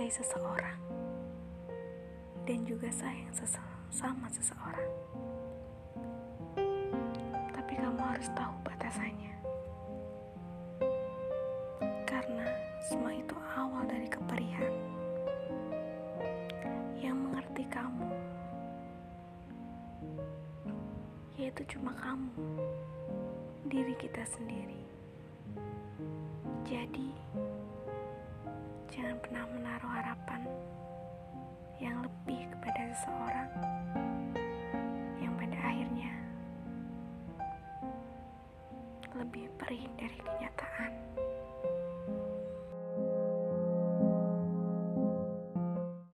mencintai seseorang dan juga sayang sama seseorang. Tapi kamu harus tahu batasannya. Karena semua itu awal dari keperihan. Yang mengerti kamu yaitu cuma kamu, diri kita sendiri. Jadi jangan pernah menaruh harapan yang lebih kepada seseorang yang pada akhirnya lebih perih dari kenyataan.